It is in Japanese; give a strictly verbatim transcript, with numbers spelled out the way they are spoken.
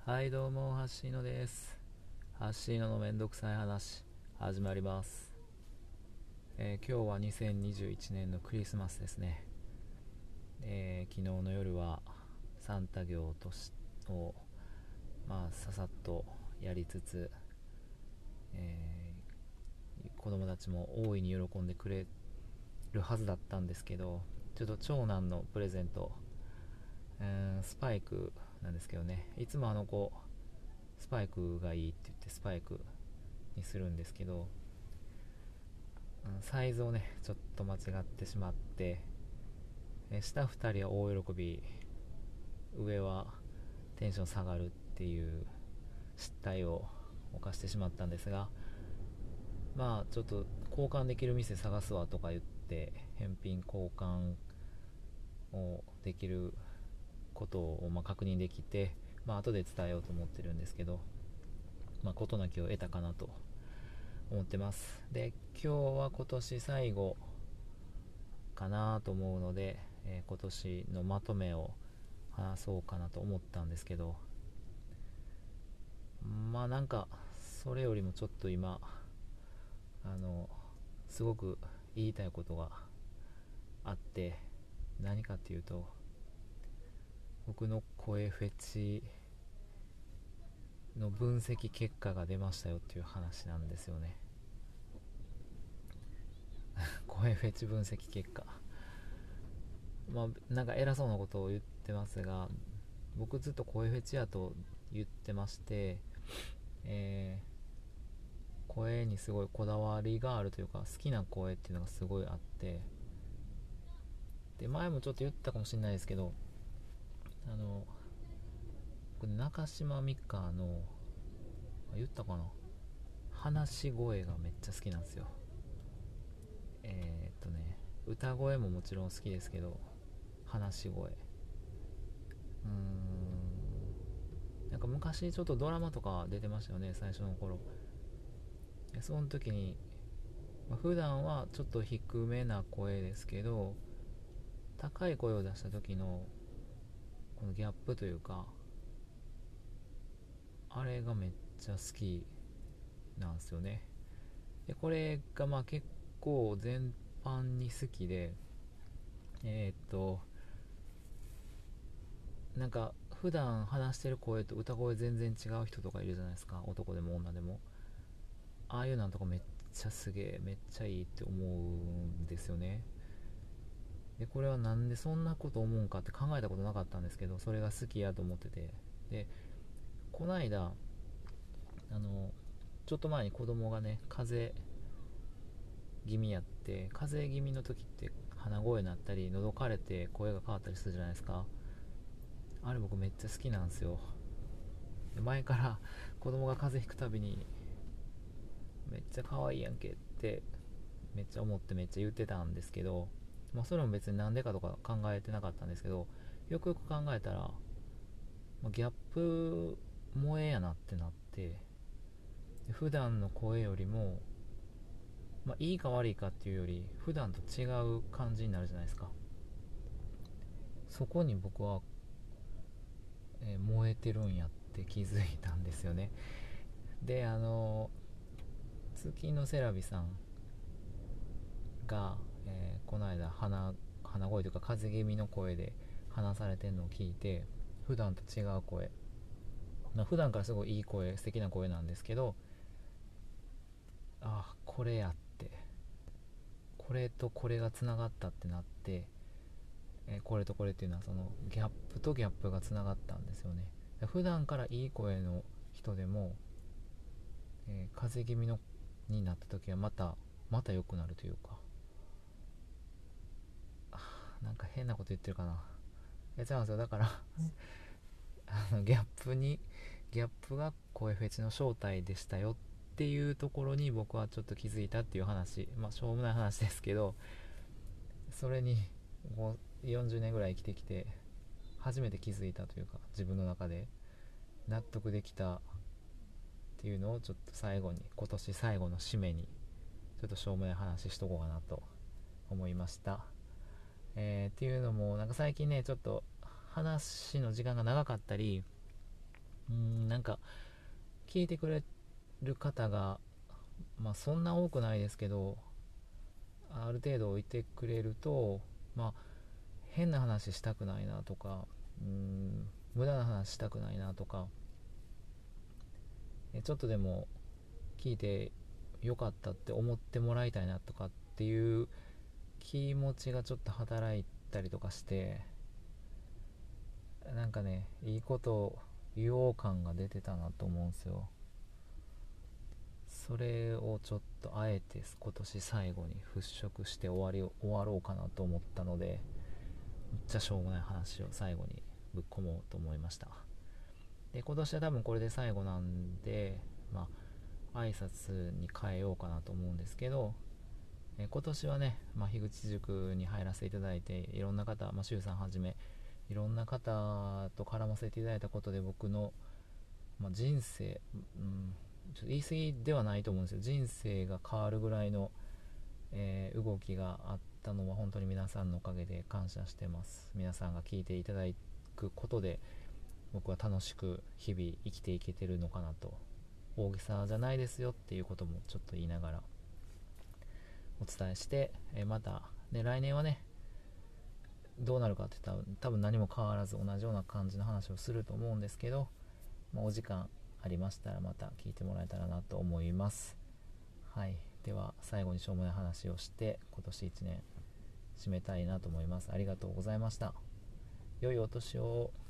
はいどうも、ハッシーノです。ハッシーノのめんどくさい話始まります。えー今日はにせんにじゅういちねんのクリスマスですね。えー昨日の夜はサンタ業としをまあささっとやりつつ、えー子供たちも大いに喜んでくれるはずだったんですけど、ちょっと長男のプレゼント、えースパイクなんですけどね、いつもあの子スパイクがいいって言ってスパイクにするんですけど、サイズをねちょっと間違ってしまって、え下ふたりは大喜び、上はテンション下がるっていう失態を犯してしまったんですが、まあちょっと交換できる店探すわとか言って返品交換をできることをまあ確認できて、まあ後で伝えようと思ってるんですけど、まあ事なきを得たかなと思ってます。で、今日は今年最後かなと思うので、えー今年のまとめを話そうかなと思ったんですけど、まあなんかそれよりもちょっと今あのすごく言いたいことがあって、何かっていうと、僕の声フェチの分析結果が出ましたよっていう話なんですよね。声フェチ分析結果、まあなんか偉そうなことを言ってますが、僕ずっと声フェチやと言ってまして、えー声にすごいこだわりがあるというか、好きな声っていうのがすごいあって、で前もちょっと言ったかもしれないですけど、あの僕中島美嘉の、言ったかな、話し声がめっちゃ好きなんですよ。えー、っとね歌声ももちろん好きですけど、話し声、うーんなんか昔ちょっとドラマとか出てましたよね、最初の頃。でその時に、まあ、普段はちょっと低めな声ですけど、高い声を出した時のこのギャップというか、あれがめっちゃ好きなんですよね。でこれがまあ結構全般に好きで、えーっとなんか普段話してる声と歌声全然違う人とかいるじゃないですか、男でも女でも。ああいうなんとかめっちゃすげえ、めっちゃいいって思うんですよね。でこれはなんでそんなこと思うんかって考えたことなかったんですけど、それが好きやと思ってて、でこないだあのちょっと前に子供がね風邪気味やって、風邪気味の時って鼻声になったり喉枯れて声が変わったりするじゃないですか。あれ僕めっちゃ好きなんですよ。で前から子供が風邪ひくたびにめっちゃ可愛いやんけってめっちゃ思ってめっちゃ言ってたんですけど、まあそれも別になんでかとか考えてなかったんですけど、よくよく考えたら、まあ、ギャップ萌えやなってなって、普段の声よりも、まあ、いいか悪いかっていうより普段と違う感じになるじゃないですか。そこに僕は、えー燃えてるんやって気づいたんですよね。であの月のセラビさんが、えーこの間鼻鼻声というか風邪気味の声で話されてるのを聞いて、普段と違う声、まあ、普段からすごいいい声、素敵な声なんですけど、ああこれやって、これとこれがつながったってなって、えーこれとこれっていうのはそのギャップとギャップがつながったんですよね。普段からいい声の人でも、えー風邪気味のになった時はまたまた良くなるというか、なんか変なこと言ってるかな。やっちゃうんですよ。だからあのギャップにギャップが声フェチの正体でしたよっていうところに僕はちょっと気づいたっていう話、まあしょうもない話ですけど、それにもうよんじゅうねんぐらい生きてきて初めて気づいたというか、自分の中で納得できたっていうのをちょっと最後に、今年最後の締めにちょっとしょうもない話しとこうかなと思いました。えー、っていうのもなんか最近ねちょっと話の時間が長かったり、 うーんなんか聞いてくれる方がまあそんな多くないですけど、ある程度いてくれると、まあ変な話したくないなとか、うーん無駄な話したくないなとか、ちょっとでも聞いてよかったって思ってもらいたいなとかっていう気持ちがちょっと働いたりとかして、なんかねいいこと言おう感が出てたなと思うんですよ。それをちょっとあえて今年最後に払拭して終わり終わろうかなと思ったので、めっちゃしょうもない話を最後にぶっ込もうと思いました。で今年は多分これで最後なんで、まあ挨拶に変えようかなと思うんですけど、え今年はね、まあ、樋口塾に入らせていただいて、いろんな方、まあ、周さんはじめいろんな方と絡ませていただいたことで、僕の、まあ、人生、うん、ちょっと言い過ぎではないと思うんですよ。人生が変わるぐらいの、えー動きがあったのは本当に皆さんのおかげで感謝してます。皆さんが聞いていただくことで僕は楽しく日々生きていけてるのかなと。大げさじゃないですよっていうこともちょっと言いながらお伝えして、えーまた、ね、来年はねどうなるかって言ったら多分何も変わらず同じような感じの話をすると思うんですけど、まあ、お時間ありましたらまた聞いてもらえたらなと思います。はい、では最後にしょうもない話をして今年いちねん締めたいなと思います。ありがとうございました。良いお年を。